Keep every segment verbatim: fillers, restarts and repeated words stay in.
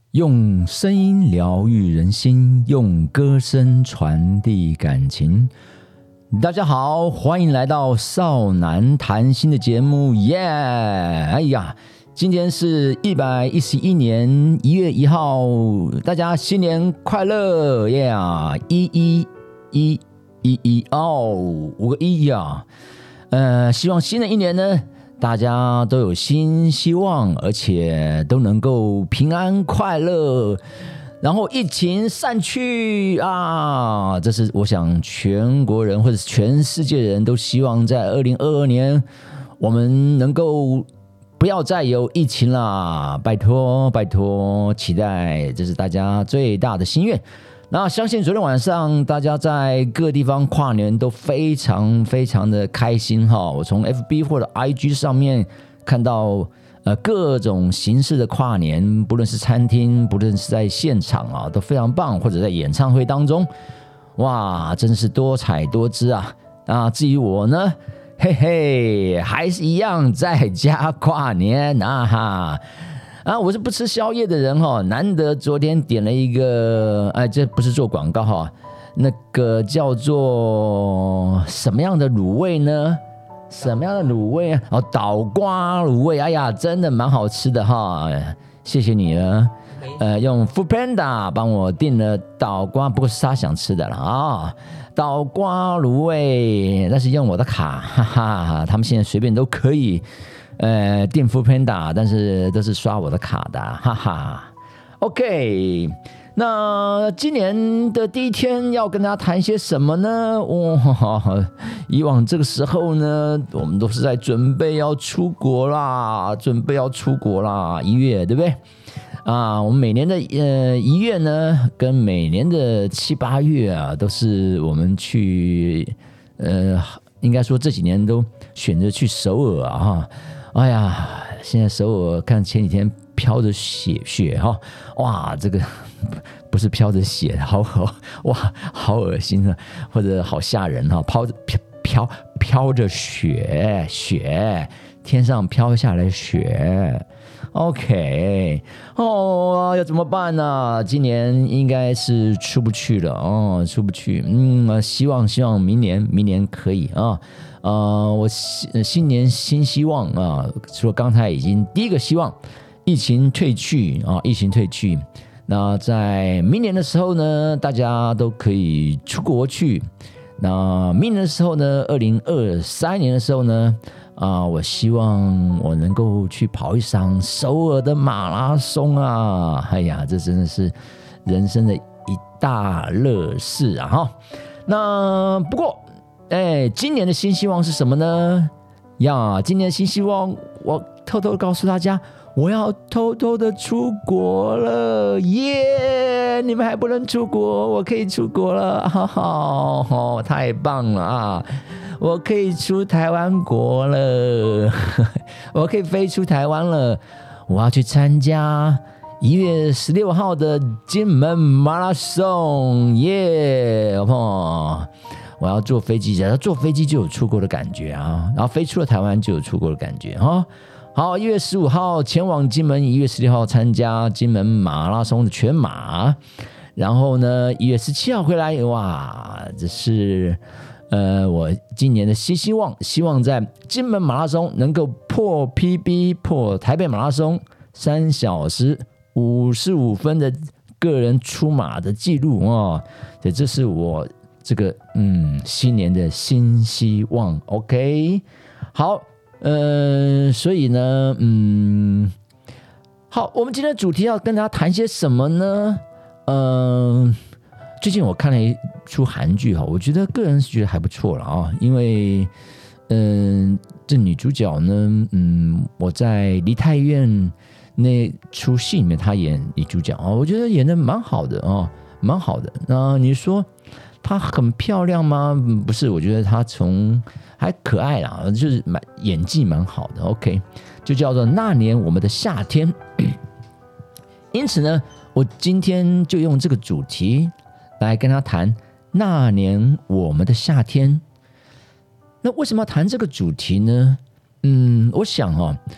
用声音疗愈人心，用歌声传递感情。大家好，欢迎来到少男谈心的节目，耶、yeah! 哎呀，今天是一百一十一年一月一号，大家新年快乐，耶、yeah! 一一一一一哦，五个一呀，呃，希望新的一年呢，大家都有新希望，而且都能够平安快乐，然后疫情散去啊！这是我想全国人或者全世界人都希望在二零二二年我们能够不要再有疫情啦，拜托拜托，期待，这是大家最大的心愿。那相信昨天晚上大家在各个地方跨年都非常非常的开心哈！我从 F B 或者 I G 上面看到呃各种形式的跨年，不论是餐厅，不论是在现场啊，都非常棒，或者在演唱会当中，哇，真是多彩多姿啊！啊，至于我呢，嘿嘿，还是一样在家跨年啊哈。啊，我是不吃宵夜的人哈，难得昨天点了一个，哎，这不是做广告哈，那个叫做什么样的卤味呢？什么样的卤味啊？哦，倒瓜卤味，哎呀，真的蛮好吃的哈，谢谢你了。呃，用 Foodpanda 帮我订了倒瓜，不过是他想吃的了啊，倒瓜卤味，那是用我的卡，哈哈，他们现在随便都可以。呃，订 Foodpanda， 但是都是刷我的卡的，哈哈。OK， 那今年的第一天要跟大家谈些什么呢？哇，以往这个时候呢，我们都是在准备要出国啦，准备要出国啦，一月对不对？啊，我们每年的呃一月呢，跟每年的七八月啊，都是我们去呃，应该说这几年都选择去首尔啊。哎呀，现在首尔看前几天飘着雪雪哈、哦，哇，这个不是飘着血，好好哇，好恶心啊，或者好吓人哈、哦，飘着飘飘飘着雪雪，天上飘下来雪。OK， 哦，要怎么办呢？今年应该是出不去了哦，出不去。嗯，希望希望明年明年可以啊。呃，我新年新希望啊，除了刚才已经第一个希望，疫情退去啊，疫情退去。那在明年的时候呢，大家都可以出国去。那明年的时候呢，二零二三年的时候呢，啊，我希望我能够去跑一场首尔的马拉松啊！哎呀，这真的是人生的一大乐事啊！哈，那不过。哎，今年的新希望是什么呢？呀，今年的新希望，我偷偷告诉大家，我要偷偷的出国了，耶！你们还不能出国，我可以出国了，哈哈，哦，太棒了啊！我可以出台湾国了，我可以飞出台湾了，我要去参加一月十六号的金门马拉松，耶！哦。我要坐飞机，然后坐飞机就有出国的感觉啊，然后飞出了台湾就有出国的感觉啊。好，一月十五号前往金门，一月十六号参加金门马拉松的全马，然后呢，一月十七号回来，哇，这是呃我今年的新希望，希望在金门马拉松能够破 P B， 破台北马拉松三小时五十五分的个人出马的记录啊，这这是我。这个嗯，新年的新希望 ，OK， 好，呃，所以呢，嗯，好，我们今天的主题要跟大家谈些什么呢？嗯、呃，最近我看了一出韩剧哈，我觉得个人是觉得还不错了啊，因为嗯、呃，这女主角呢，嗯，我在梨泰院那出戏里面她演女主角啊，我觉得演得蛮好的啊，蛮好的。那你说？她很漂亮吗？不是，我觉得她从还可爱啦，就是蛮演技蛮好的。OK， 就叫做那年我们的夏天。因此呢，我今天就用这个主题来跟她谈那年我们的夏天。那为什么要谈这个主题呢？嗯，我想哦，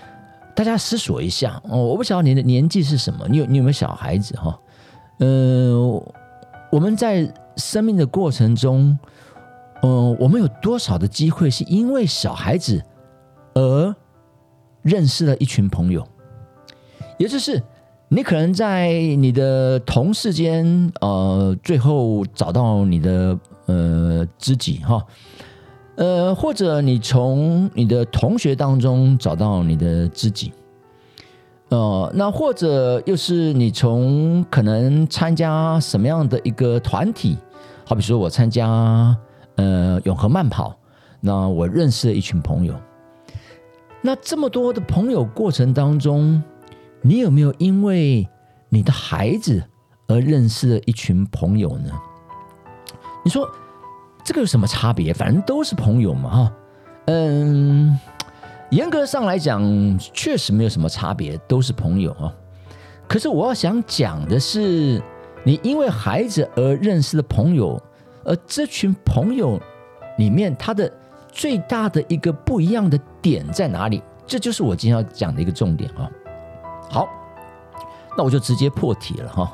大家思索一下哦，我不晓得你的年纪是什么，你有你有没有小孩子哈？呃，我们在生命的过程中，呃，我们有多少的机会是因为小孩子而认识了一群朋友？也就是你可能在你的同事间，呃，最后找到你的呃知己哈。呃，或者你从你的同学当中找到你的知己，呃，那或者又是你从可能参加什么样的一个团体，好比说我参加呃永和慢跑，那我认识了一群朋友。那这么多的朋友过程当中，你有没有因为你的孩子而认识了一群朋友呢？你说这个有什么差别？反正都是朋友嘛，哈，嗯，严格上来讲，确实没有什么差别，都是朋友啊。可是我要想讲的是，你因为孩子而认识的朋友，而这群朋友里面，他的最大的一个不一样的点在哪里？这就是我今天要讲的一个重点啊。好，那我就直接破题了哈。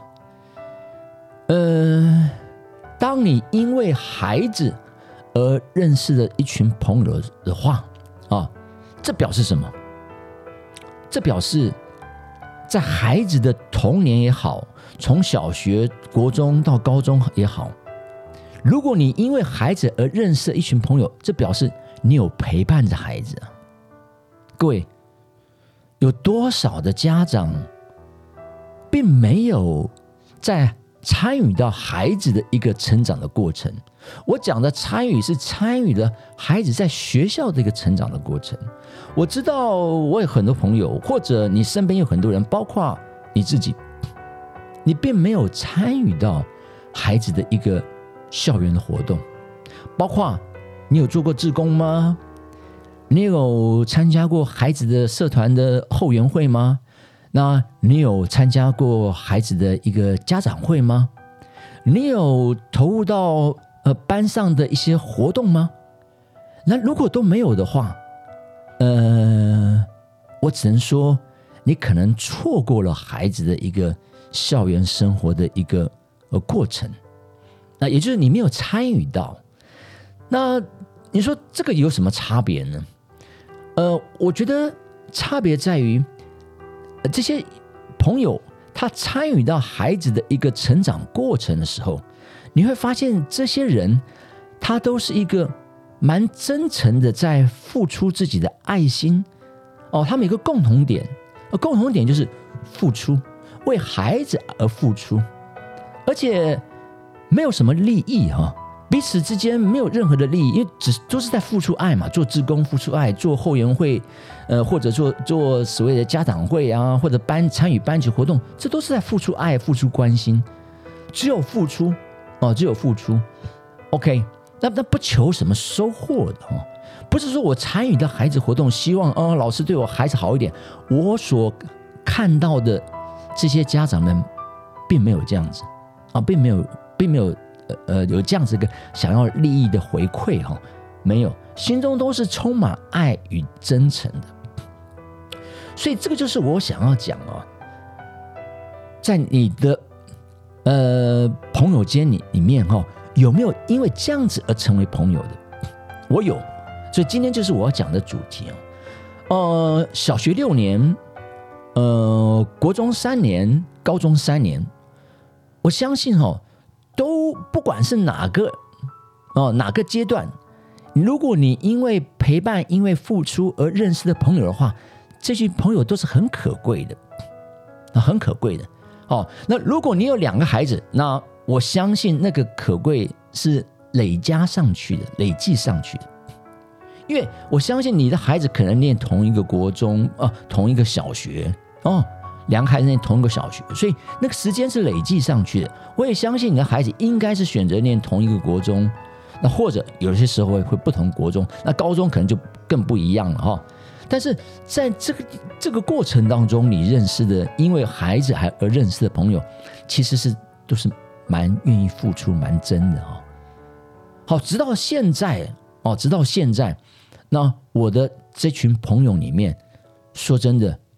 呃。当你因为孩子而认识了一群朋友的话，啊，这表示什么？这表示在孩子的童年也好，从小学、国中到高中也好，如果你因为孩子而认识了一群朋友，这表示你有陪伴着孩子啊。各位，有多少的家长并没有在参与到孩子的一个成长的过程？我讲的参与是参与了孩子在学校的一个成长的过程。我知道我有很多朋友，或者你身边有很多人，包括你自己，你并没有参与到孩子的一个校园的活动。包括你有做过志工吗？你有参加过孩子的社团的后援会吗？那你有参加过孩子的一个家长会吗？你有投入到呃班上的一些活动吗？那如果都没有的话，呃，我只能说你可能错过了孩子的一个校园生活的一个呃过程。那也就是你没有参与到。那你说这个有什么差别呢？呃，我觉得差别在于，这些朋友他参与到孩子的一个成长过程的时候，你会发现这些人他都是一个蛮真诚的在付出自己的爱心哦。他们有一个共同点，共同点就是付出，为孩子而付出，而且没有什么利益哈、哦，彼此之间没有任何的利益，因为只都是在付出爱嘛，做志工付出爱，做后援会，呃，或者做做所谓的家长会啊，或者班参与班级活动，这都是在付出爱、付出关心，只有付出哦，只有付出。OK， 那那不求什么收获的哦，不是说我参与到孩子活动，希望哦老师对我孩子好一点。我所看到的这些家长们，并没有这样子啊，并没有，并没有。呃，有这样子一个想要利益的回馈哈、哦，没有，心中都是充满爱与真诚的。所以这个就是我想要讲哦，在你的呃朋友间里里面哈、哦，有没有因为这样子而成为朋友的？我有，所以今天就是我要讲的主题哦。呃，小学六年，呃，国中三年，高中三年，我相信哈、哦。都不管是哪个哦哪个阶段，如果你因为陪伴、因为付出而认识的朋友的话，这些朋友都是很可贵的，很可贵的。哦，那如果你有两个孩子，那我相信那个可贵是累加上去的，累计上去的。因为我相信你的孩子可能念同一个国中啊，同一个小学哦。两个孩子念同一个小学，所以那个时间是累计上去的。我也相信你的孩子应该是选择念同一个国中，那或者有些时候会会不同国中，那高中可能就更不一样了哈。但是在这个这个过程当中，你认识的因为孩子而认识的朋友，其实是都是蛮愿意付出、蛮真的哈。好，直到现在哦，直到现在，那我的这群朋友里面，说真的。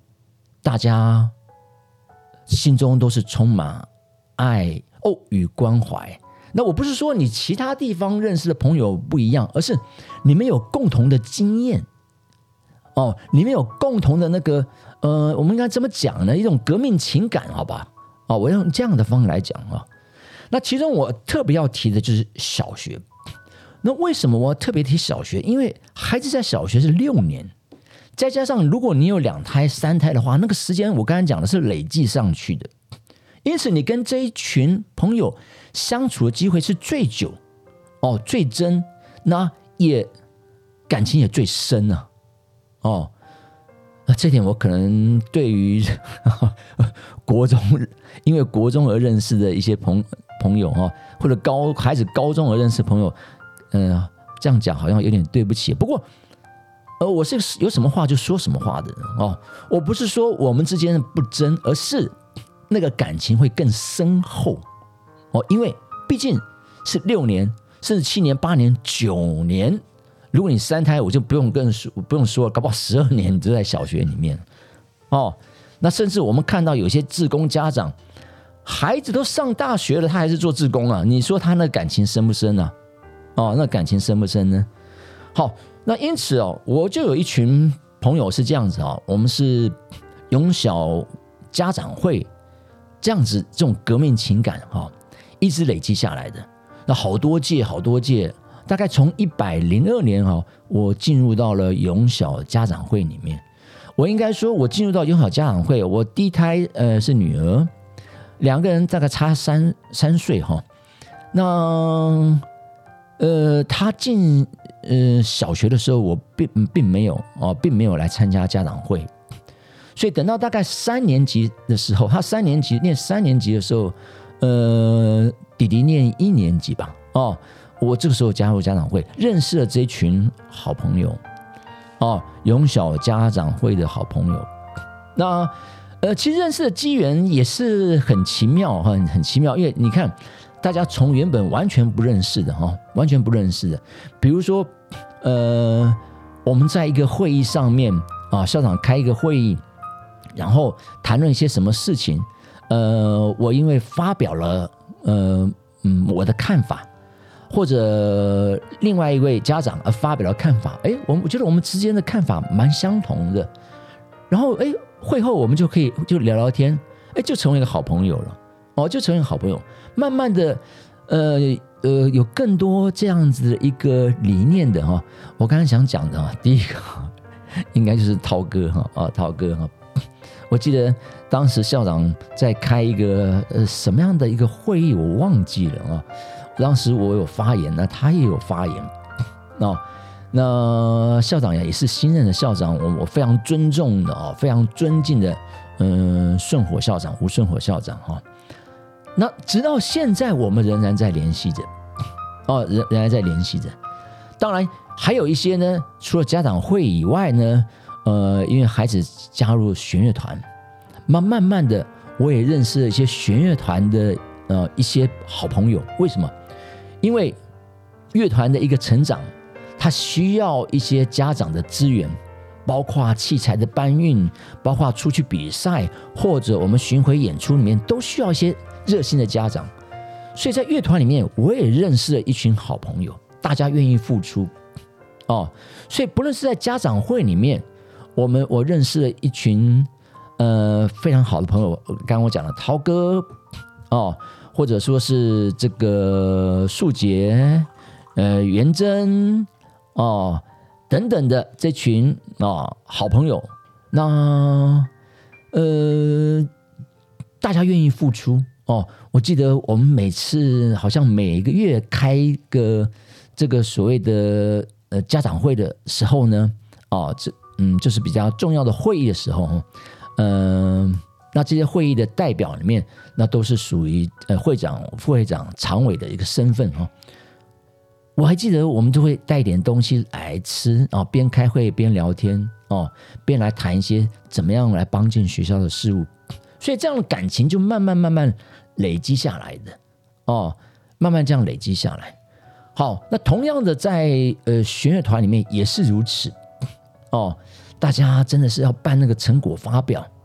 大家心中都是充满爱哦与关怀。那我不是说你其他地方认识的朋友不一样，而是你们有共同的经验哦，你们有共同的那个呃，我们应该怎么讲呢？一种革命情感，好吧？哦，我用这样的方式来讲啊。那其中我特别要提的就是小学。那为什么我要特别提小学？因为孩子在小学是六年，再加上如果你有两胎、三胎的话，那个时间我刚才讲的是累计上去的。因此，你跟这一群朋友相处的机会是最久哦，最真，那也感情也最深啊，哦，那这点我可能对于国中因为国中而认识的一些朋朋友哈，或者高孩子高中而认识的朋友，呃，这样讲好像有点对不起。不过，呃，我是有什么话就说什么话的人哦，我不是说我们之间不真，而是那个感情会更深厚哦，因为毕竟是六年，甚至七年、八年、九年。如果你三胎，我就不用跟不用说了，搞不好十二年你都在小学里面哦。那甚至我们看到有些志工家长，孩子都上大学了，他还是做志工啊。你说他那感情深不深呢、啊？哦，那感情深不深呢？好，那因此哦，我就有一群朋友是这样子哦，我们是永小家长会。这样子，这种革命情感哈、哦，一直累积下来的。那好多届，好多届，大概从一百零二年哈、哦，我进入到了永小家长会里面。我应该说，我进入到永小家长会，我第一胎呃是女儿，两个人大概差三三岁哈、哦。那呃，她进呃小学的时候，我并并没有哦，并没有来参加家长会。所以等到大概三年级的时候，他三年级念三年级的时候，呃，弟弟念一年级吧。哦，我这个时候加入家长会，认识了这群好朋友，哦，永小家长会的好朋友。那呃，其实认识的机缘也是很奇妙，很很奇妙，因为你看，大家从原本完全不认识的哈、哦，完全不认识的，比如说，呃，我们在一个会议上面啊，校长开一个会议。然后谈论一些什么事情，呃，我因为发表了呃嗯我的看法，或者另外一位家长而发表了看法，哎，我我觉得我们之间的看法蛮相同的，然后哎会后我们就可以就聊聊天，哎，就成为一个好朋友了，哦，就成为一个好朋友，慢慢的，呃呃，有更多这样子的一个理念的哈、哦，我刚才想讲的啊，第一个应该就是涛哥哈啊，涛哥哈。我记得当时校长在开一个呃什么样的一个会议，我忘记了啊。当时我有发言，那他也有发言哦。那校长也是新任的校长，我我非常尊重的哦，非常尊敬的，嗯、呃，顺火校长吴顺火校长哈、哦。那直到现在，我们仍然在联系着哦，仍仍然在联系着。当然还有一些呢，除了家长会以外呢。呃，因为孩子加入弦乐团，慢慢慢的，我也认识了一些弦乐团的呃一些好朋友。为什么？因为乐团的一个成长，它需要一些家长的资源，包括器材的搬运，包括出去比赛或者我们巡回演出里面，都需要一些热心的家长。所以在乐团里面，我也认识了一群好朋友，大家愿意付出哦。所以不论是在家长会里面，我们我认识了一群呃非常好的朋友，刚刚我讲了涛哥哦，或者说是这个素杰、呃元珍哦等等的这群哦好朋友，那呃大家愿意付出哦。我记得我们每次好像每个月开一个这个所谓的呃家长会的时候呢，哦这。嗯，就是比较重要的会议的时候，嗯、呃，那这些会议的代表里面，那都是属于呃会长、副会长、常委的一个身份哈。我还记得我们就会带一点东西来吃啊，边开会边聊天哦，边来谈一些怎么样来帮进学校的事务，所以这样的感情就慢慢慢慢累积下来的哦，慢慢这样累积下来。好，那同样的在呃弦乐团里面也是如此。哦，大家真的是要办那个成果发表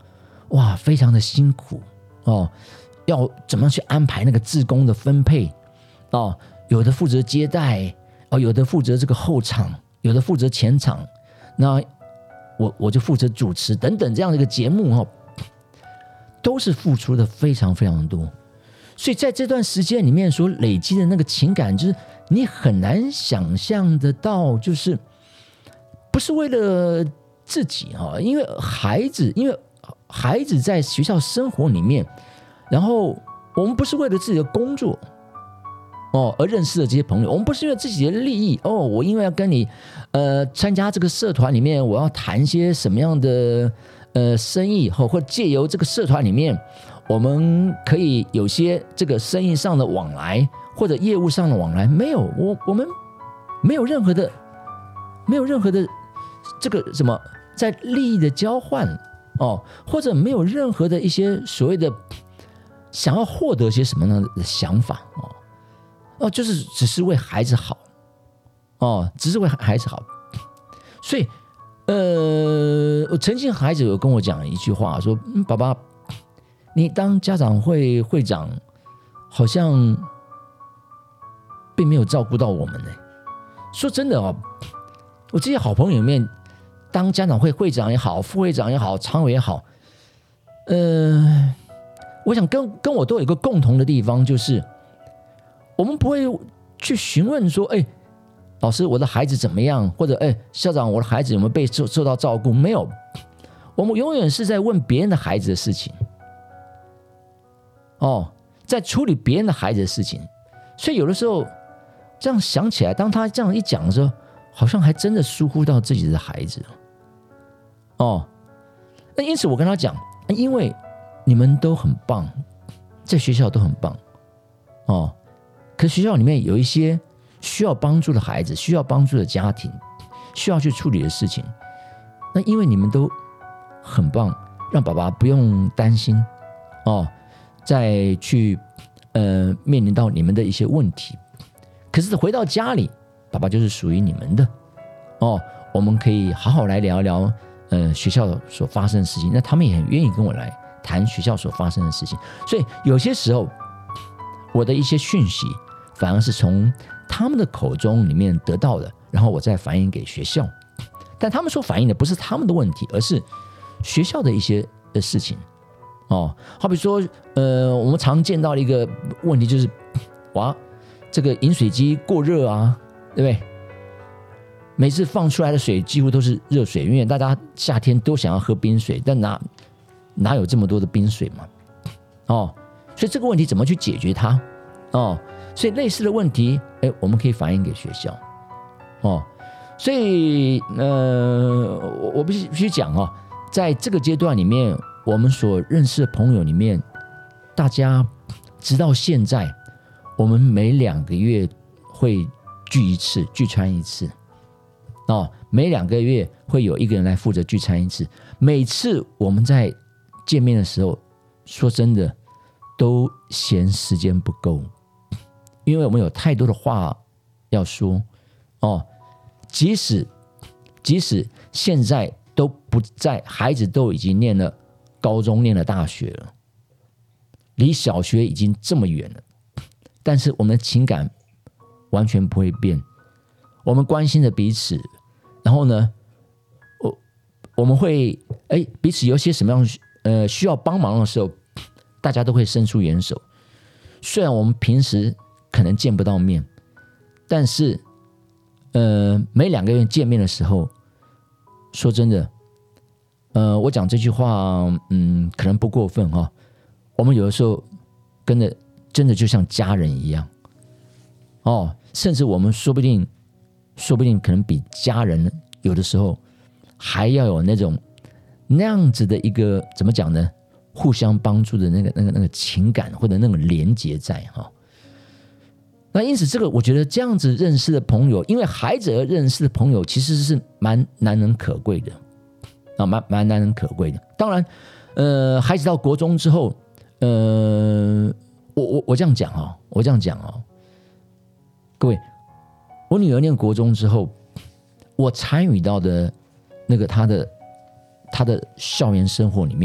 哇，非常的辛苦哦，要怎么样去安排那个志工的分配哦？有的负责接待哦，有的负责这个后场，有的负责前场，那我我就负责主持等等这样的一个节目哦，都是付出的非常非常多。所以在这段时间里面所累积的那个情感，就是你很难想象得到，就是不是为了自己哈，因为孩子，因为孩子在学校生活里面，然后我们不是为了自己的工作哦而认识的这些朋友，我们不是因为自己的利益哦，我因为要跟你呃参加这个社团里面，我要谈些什么样的呃生意，或或借由这个社团里面，我们可以有些这个生意上的往来，或者业务上的往来，没有，我我们没有任何的，没有任何的这个什么在利益的交换哦，或者没有任何的一些所谓的想要获得些什么样的想法哦哦，就是只是为孩子好哦，只是为孩子好，所以呃，我曾经孩子有跟我讲一句话，说：“嗯，爸爸。”你当家长会会长，好像并没有照顾到我们呢。说真的哦，我这些好朋友里面，当家长会会长也好，副会长也好，常委也好，呃，我想跟跟我都有一个共同的地方，就是我们不会去询问说，哎，老师，我的孩子怎么样？或者，哎，校长，我的孩子有没有被受受到照顾？没有，我们永远是在问别人的孩子的事情。哦，在处理别人的孩子的事情，所以有的时候这样想起来，当他这样一讲的时候，好像还真的疏忽到自己的孩子哦。那因此我跟他讲，因为你们都很棒，在学校都很棒哦，可学校里面有一些需要帮助的孩子，需要帮助的家庭，需要去处理的事情，那因为你们都很棒，让爸爸不用担心哦。再去呃面临到你们的一些问题，可是回到家里，爸爸就是属于你们的哦。我们可以好好来聊聊呃学校所发生的事情，那他们也很愿意跟我来谈学校所发生的事情。所以有些时候，我的一些讯息反而是从他们的口中里面得到的，然后我再反映给学校。但他们所反映的不是他们的问题，而是学校的一些的事情。哦，好比说，呃，我们常见到的一个问题就是，哇，这个饮水机过热啊，对不对？每次放出来的水几乎都是热水，因为大家夏天都想要喝冰水，但哪哪有这么多的冰水嘛？哦，所以这个问题怎么去解决它？哦，所以类似的问题，哎，我们可以反映给学校。哦，所以呃，我我必须必须讲哦，在这个阶段里面。我们所认识的朋友里面，大家直到现在，我们每两个月会聚一次，聚餐一次。哦，每两个月会有一个人来负责聚餐一次。每次我们在见面的时候，说真的，都嫌时间不够，因为我们有太多的话要说。哦，即使即使现在都不在，孩子都已经念了。高中念了大学了，离小学已经这么远了，但是我们的情感完全不会变，我们关心着彼此，然后呢，我我们会哎彼此有些什么样呃需要帮忙的时候，大家都会伸出援手。虽然我们平时可能见不到面，但是呃每两个月见面的时候，说真的。呃，我讲这句话，嗯，可能不过分哈、哦。我们有的时候跟着真的就像家人一样，哦，甚至我们说不定，说不定可能比家人有的时候还要有那种那样子的一个怎么讲呢？互相帮助的那个、那个、那个情感或者那种连结在哈、哦。那因此，这个我觉得这样子认识的朋友，因为孩子而认识的朋友，其实是蛮难能可贵的。啊，蛮蛮难能可贵的。当然，呃，孩子到国中之后，呃，我我我这样讲啊、哦，我这样讲啊、哦，各位，我女儿念国中之后，我参与到的那个她的她的校园生活里面，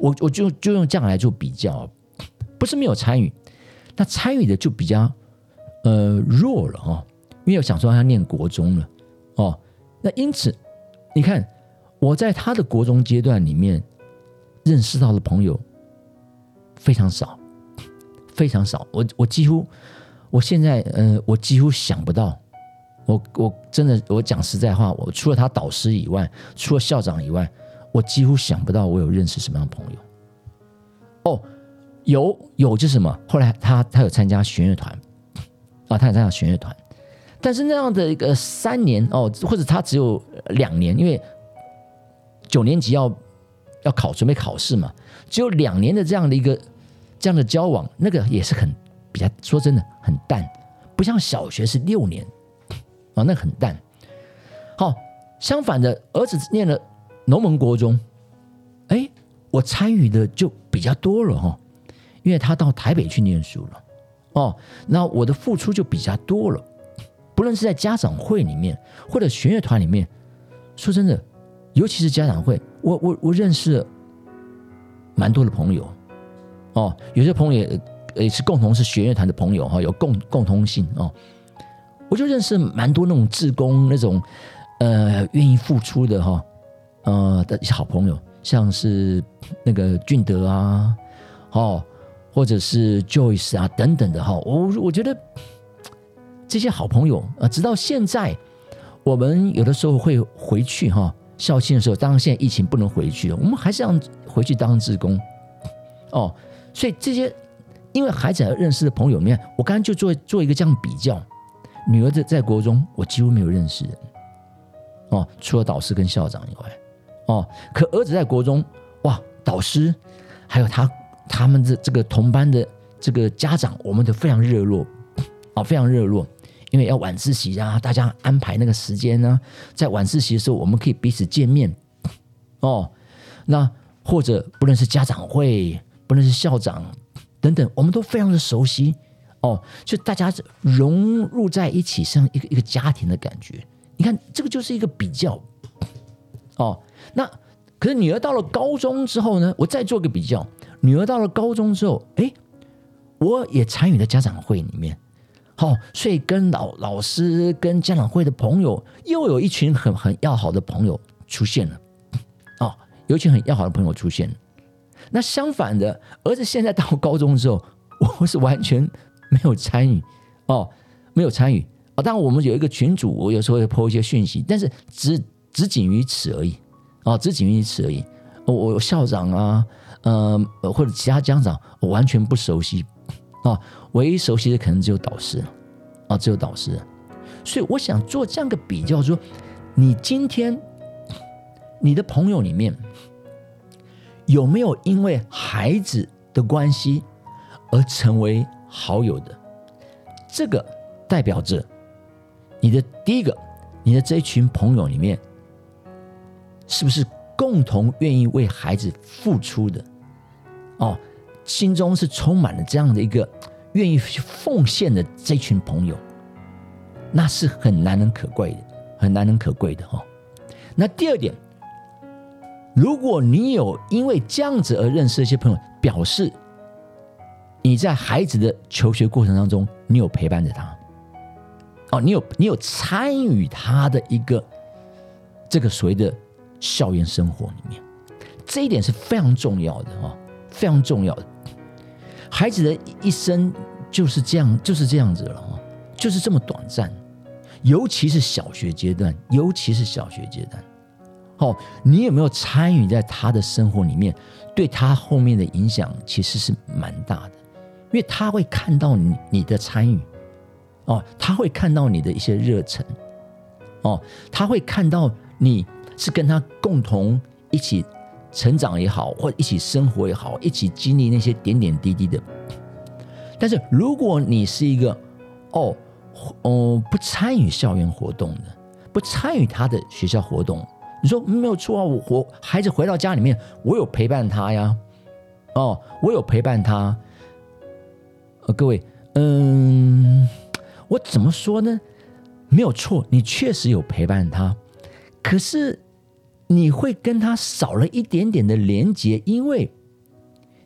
我我就就用这样来做比较，不是没有参与，那参与的就比较呃弱了哦，因为我想说他念国中了哦，那因此你看我在他的国中阶段里面认识到的朋友非常少，非常少，我我几乎我现在呃我几乎想不到。我我真的，我讲实在话，我除了他导师以外，除了校长以外，我几乎想不到我有认识什么样的朋友。哦，有有就是什么？后来他他有参加弦乐团啊，他有参加弦乐团，但是那样的一个三年哦，或者他只有两年，因为九年级要要考准备考试嘛，只有两年的这样的一个这样的交往，那个也是很比较说真的很淡，不像小学是六年。啊，那很淡。好，相反的，儿子念了农门国中，哎，我参与的就比较多了哈，因为他到台北去念书了，哦，那我的付出就比较多了。不论是在家长会里面，或者弦乐团里面，说真的，尤其是家长会，我我我认识了蛮多的朋友，哦，有些朋友也也是共同是弦乐团的朋友哈，有共共通性哦。我就认识蛮多那种志工那种呃愿意付出的哈呃的一些好朋友，像是那个俊德啊，哦，或者是 Joyce 啊等等的哈，我我觉得这些好朋友呃，直到现在我们有的时候会回去哈校庆的时候，当然现在疫情不能回去了，我们还是要回去当志工哦，所以这些因为孩子而认识的朋友里面，我刚刚就做做一个这样比较。女儿在国中，我几乎没有认识人哦，除了导师跟校长以外哦。可儿子在国中，哇，导师还有他他们的这个同班的这个家长，我们都非常热络哦，非常热络。因为要晚自习啊，大家安排那个时间呢、啊，在晚自习的时候，我们可以彼此见面哦。那或者不论是家长会，不论是校长等等，我们都非常的熟悉。哦，就大家融入在一起，像一个一个家庭的感觉。你看，这个就是一个比较。哦，那可是女儿到了高中之后呢，我再做个比较。女儿到了高中之后，哎，我也参与了家长会里面。好、哦，所以跟老老师、跟家长会的朋友，又有一群很很要好的朋友出现了。哦，有一群很要好的朋友出现了。那相反的，儿子现在到高中之后，我是完全没有参与哦，没有参与哦。当然，我们有一个群组，我有时候会 po 一些讯息，但是只只仅于此而已哦，只仅于此而已。我、哦、校长啊，呃，或者其他家长，我完全不熟悉哦。唯一熟悉的可能只有导师啊、哦，只有导师。所以我想做这样的比较，说你今天你的朋友里面有没有因为孩子的关系而成为好友的？这个代表着你的第一个，你的这一群朋友里面是不是共同愿意为孩子付出的哦，心中是充满了这样的一个愿意奉献的这群朋友，那是很难能可贵的，很难能可贵的哦。那第二点，如果你有因为这样子而认识一些朋友，表示你在孩子的求学过程当中，你有陪伴着他，哦，你有你有参与他的一个这个所谓的校园生活里面，这一点是非常重要的哦，非常重要的。孩子的一生就是这样，就是这样子了哦，就是这么短暂，尤其是小学阶段，尤其是小学阶段。哦，你有没有参与在他的生活里面？对他后面的影响其实是蛮大的，因为他会看到 你, 你的参与，哦，他会看到你的一些热忱，哦，他会看到你是跟他共同一起成长也好，或者一起生活也好，一起经历那些点点滴滴的。但是如果你是一个哦哦不参与校园活动的，不参与他的学校活动，你说没有错啊，我我孩子回到家里面，我有陪伴他呀，哦，我有陪伴他。呃，各位，嗯，我怎么说呢？没有错，你确实有陪伴他，可是你会跟他少了一点点的连结，因为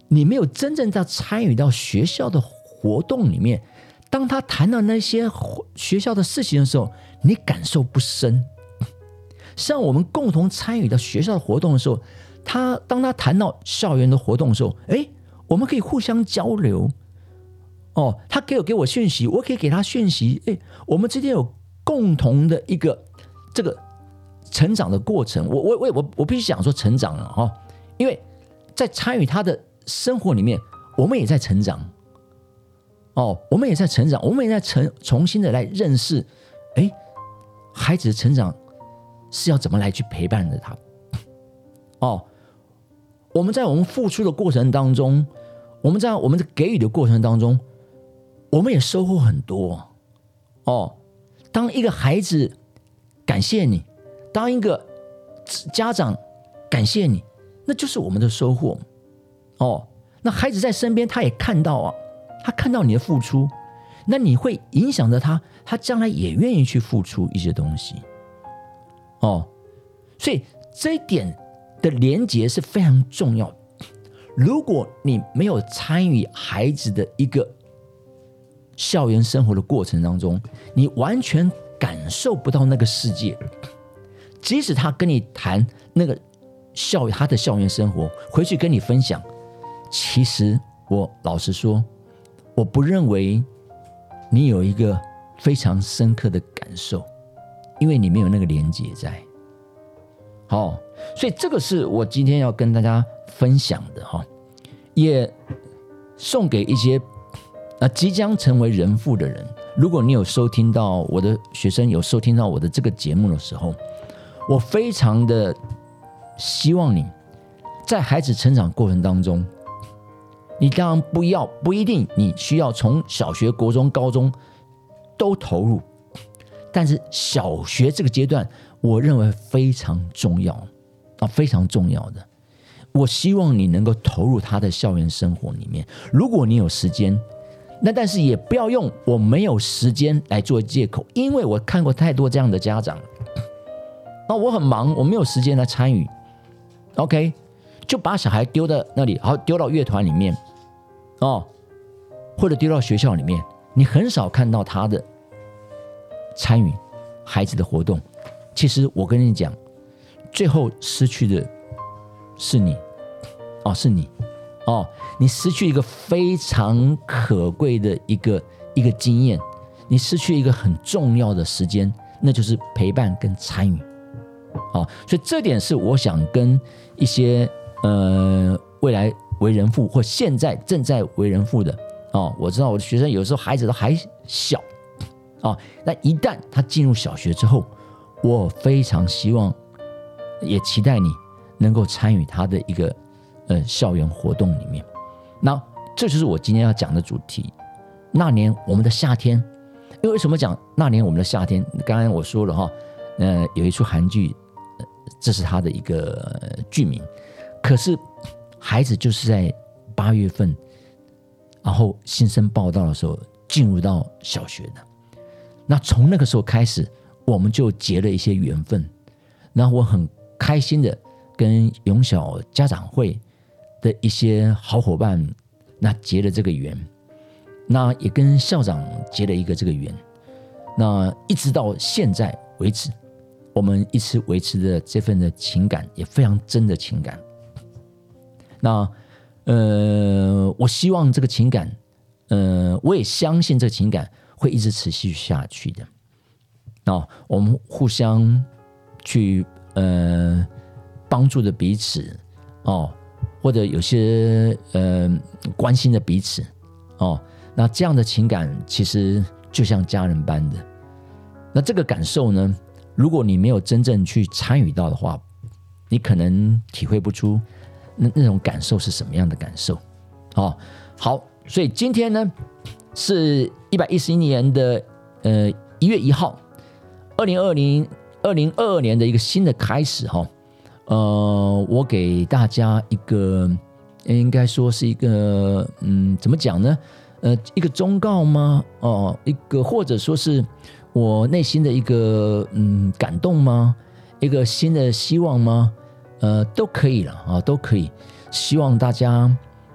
你没有真正在参与到学校的活动里面，当他谈到那些学校的事情的时候，你感受不深。像我们共同参与到学校的活动的时候，他当他谈到校园的活动的时候，诶，我们可以互相交流。哦，他可以给我讯息，我可以给他讯息，诶，我们之间有共同的一个这个成长的过程。我我我我必须想说成长了哈、哦，因为在参与他的生活里面，我们也在成长。哦，我们也在成长，我们也在重重新的来认识，哎，孩子的成长是要怎么来去陪伴着他。哦，我们在我们付出的过程当中，我们在我们的给予的过程当中，我们也收获很多。哦，当一个孩子感谢你，当一个家长感谢你，那就是我们的收获。哦，那孩子在身边，他也看到啊。他看到你的付出，那你会影响着他，他将来也愿意去付出一些东西。哦，所以这一点的连结是非常重要的。如果你没有参与孩子的一个校园生活的过程当中，你完全感受不到那个世界。即使他跟你谈那个校他的校园生活，回去跟你分享，其实我老实说，我不认为你有一个非常深刻的感受，因为你没有那个连结在。好，所以这个是我今天要跟大家分享的哈，也送给一些呃即将成为人父的人。如果你有收听到我的学生有收听到我的这个节目的时候，我非常的希望你在孩子成长过程当中，你当然不要不一定你需要从小学、国中、高中都投入，但是小学这个阶段，我认为非常重要啊，非常重要的。我希望你能够投入他的校园生活里面。如果你有时间，那但是也不要用我没有时间来做借口，因为我看过太多这样的家长，那我很忙，我没有时间来参与。OK。就把小孩丢到那里，好丢到乐团里面，哦，或者丢到学校里面，你很少看到他的参与孩子的活动。其实我跟你讲，最后失去的是你，哦，是你，哦，你失去一个非常可贵的一个一个经验，你失去一个很重要的时间，那就是陪伴跟参与。哦，所以这点是我想跟一些。呃，未来为人父或现在正在为人父的哦，我知道我的学生有时候孩子都还小哦，那一旦他进入小学之后，我非常希望也期待你能够参与他的一个呃校园活动里面。那这就是我今天要讲的主题。那年我们的夏天，因为为什么讲那年我们的夏天？刚刚我说了哈，呃，有一出韩剧，这是他的一个剧名。可是孩子就是在八月份，然后新生报到的时候进入到小学的。那从那个时候开始，我们就结了一些缘分。然后我很开心的跟永小家长会的一些好伙伴，那结了这个缘。那也跟校长结了一个这个缘。那一直到现在为止，我们一直维持的这份的情感，也非常真的情感。那呃，我希望这个情感，呃，我也相信这个情感会一直持续下去的。那我们互相去呃帮助的彼此哦，或者有些呃关心的彼此哦，那这样的情感其实就像家人般的。那这个感受呢，如果你没有真正去参与到的话，你可能体会不出。那, 那种感受是什么样的感受？哦，好，所以今天呢是一百一十一年的呃一月一号，二零二零二零二二年的一个新的开始哈。呃，我给大家一个应该说是一个嗯怎么讲呢？呃，一个忠告吗？哦，一个或者说是我内心的一个嗯感动吗？一个新的希望吗？呃，都可以了啊，都可以。希望大家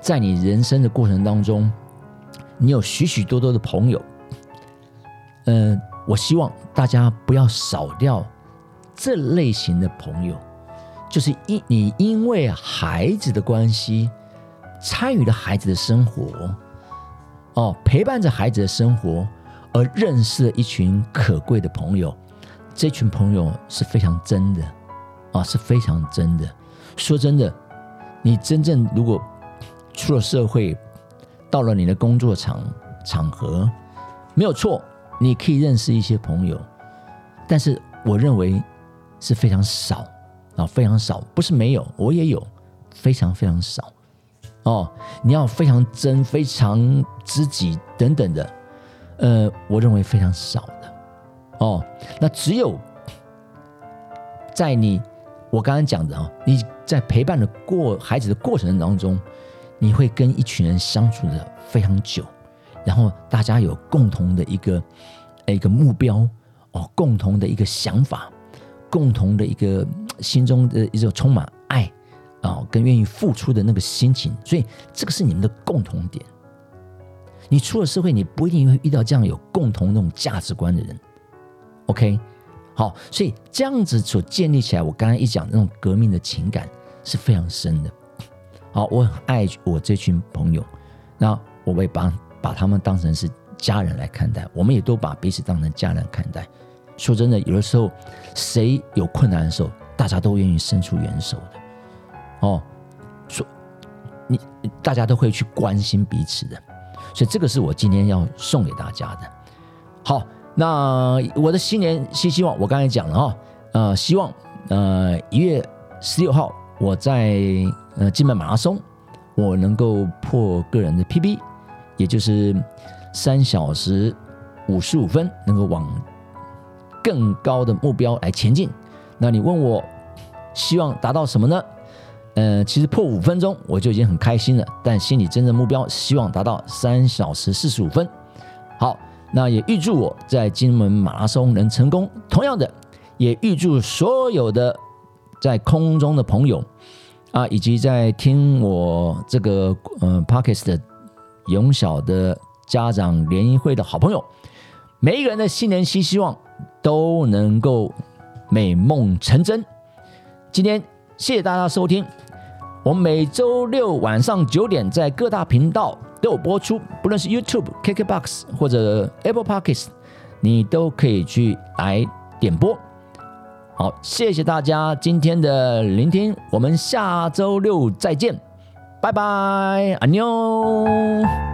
在你人生的过程当中，你有许许多多的朋友，呃，我希望大家不要少掉这类型的朋友，就是因你因为孩子的关系，参与了孩子的生活，哦，陪伴着孩子的生活，而认识了一群可贵的朋友。这群朋友是非常真的，啊，是非常真的。说真的，你真正如果出了社会，到了你的工作场场合，没有错，你可以认识一些朋友，但是我认为是非常少啊，非常少，不是没有，我也有，非常非常少哦。你要非常真、非常知己等等的，呃，我认为非常少的哦。那只有在你我刚刚讲的啊，你在陪伴的过孩子的过程当中，你会跟一群人相处的非常久，然后大家有共同的一个一个目标哦，共同的一个想法，共同的一个心中的一种充满爱啊、哦，跟愿意付出的那个心情，所以这个是你们的共同点。你出了社会，你不一定会遇到这样有共同那种价值观的人。OK， 好，所以这样子所建立起来，我刚才一讲的那种革命的情感是非常深的。好，我很爱我这群朋友，那我会把把他们当成是家人来看待，我们也都把彼此当成家人看待。说真的，有的时候谁有困难的时候，大家都愿意伸出援手的。哦，说你大家都会去关心彼此的，所以这个是我今天要送给大家的。好，那我的新年新希望，我刚才讲了哈、哦，呃，希望呃一月十六号我在呃金门马拉松，我能够破个人的 P B， 也就是三小时五十五分，能够往更高的目标来前进。那你问我希望达到什么呢？呃，其实破五分钟我就已经很开心了，但心里真正目标希望达到三小时四十五分。好，那也预祝我在金门马拉松能成功。同样的，也预祝所有的在空中的朋友啊，以及在听我这个呃 Podcast 的永小的家长联谊会的好朋友，每一个人的新年新希望都能够美梦成真。今天谢谢大家收听，我们每周六晚上九点在各大频道都有播出，不论是 YouTube、K K B O X 或者 Apple Podcast， 你都可以去来点播。好，谢谢大家今天的聆听，我们下周六再见，拜拜，安妞。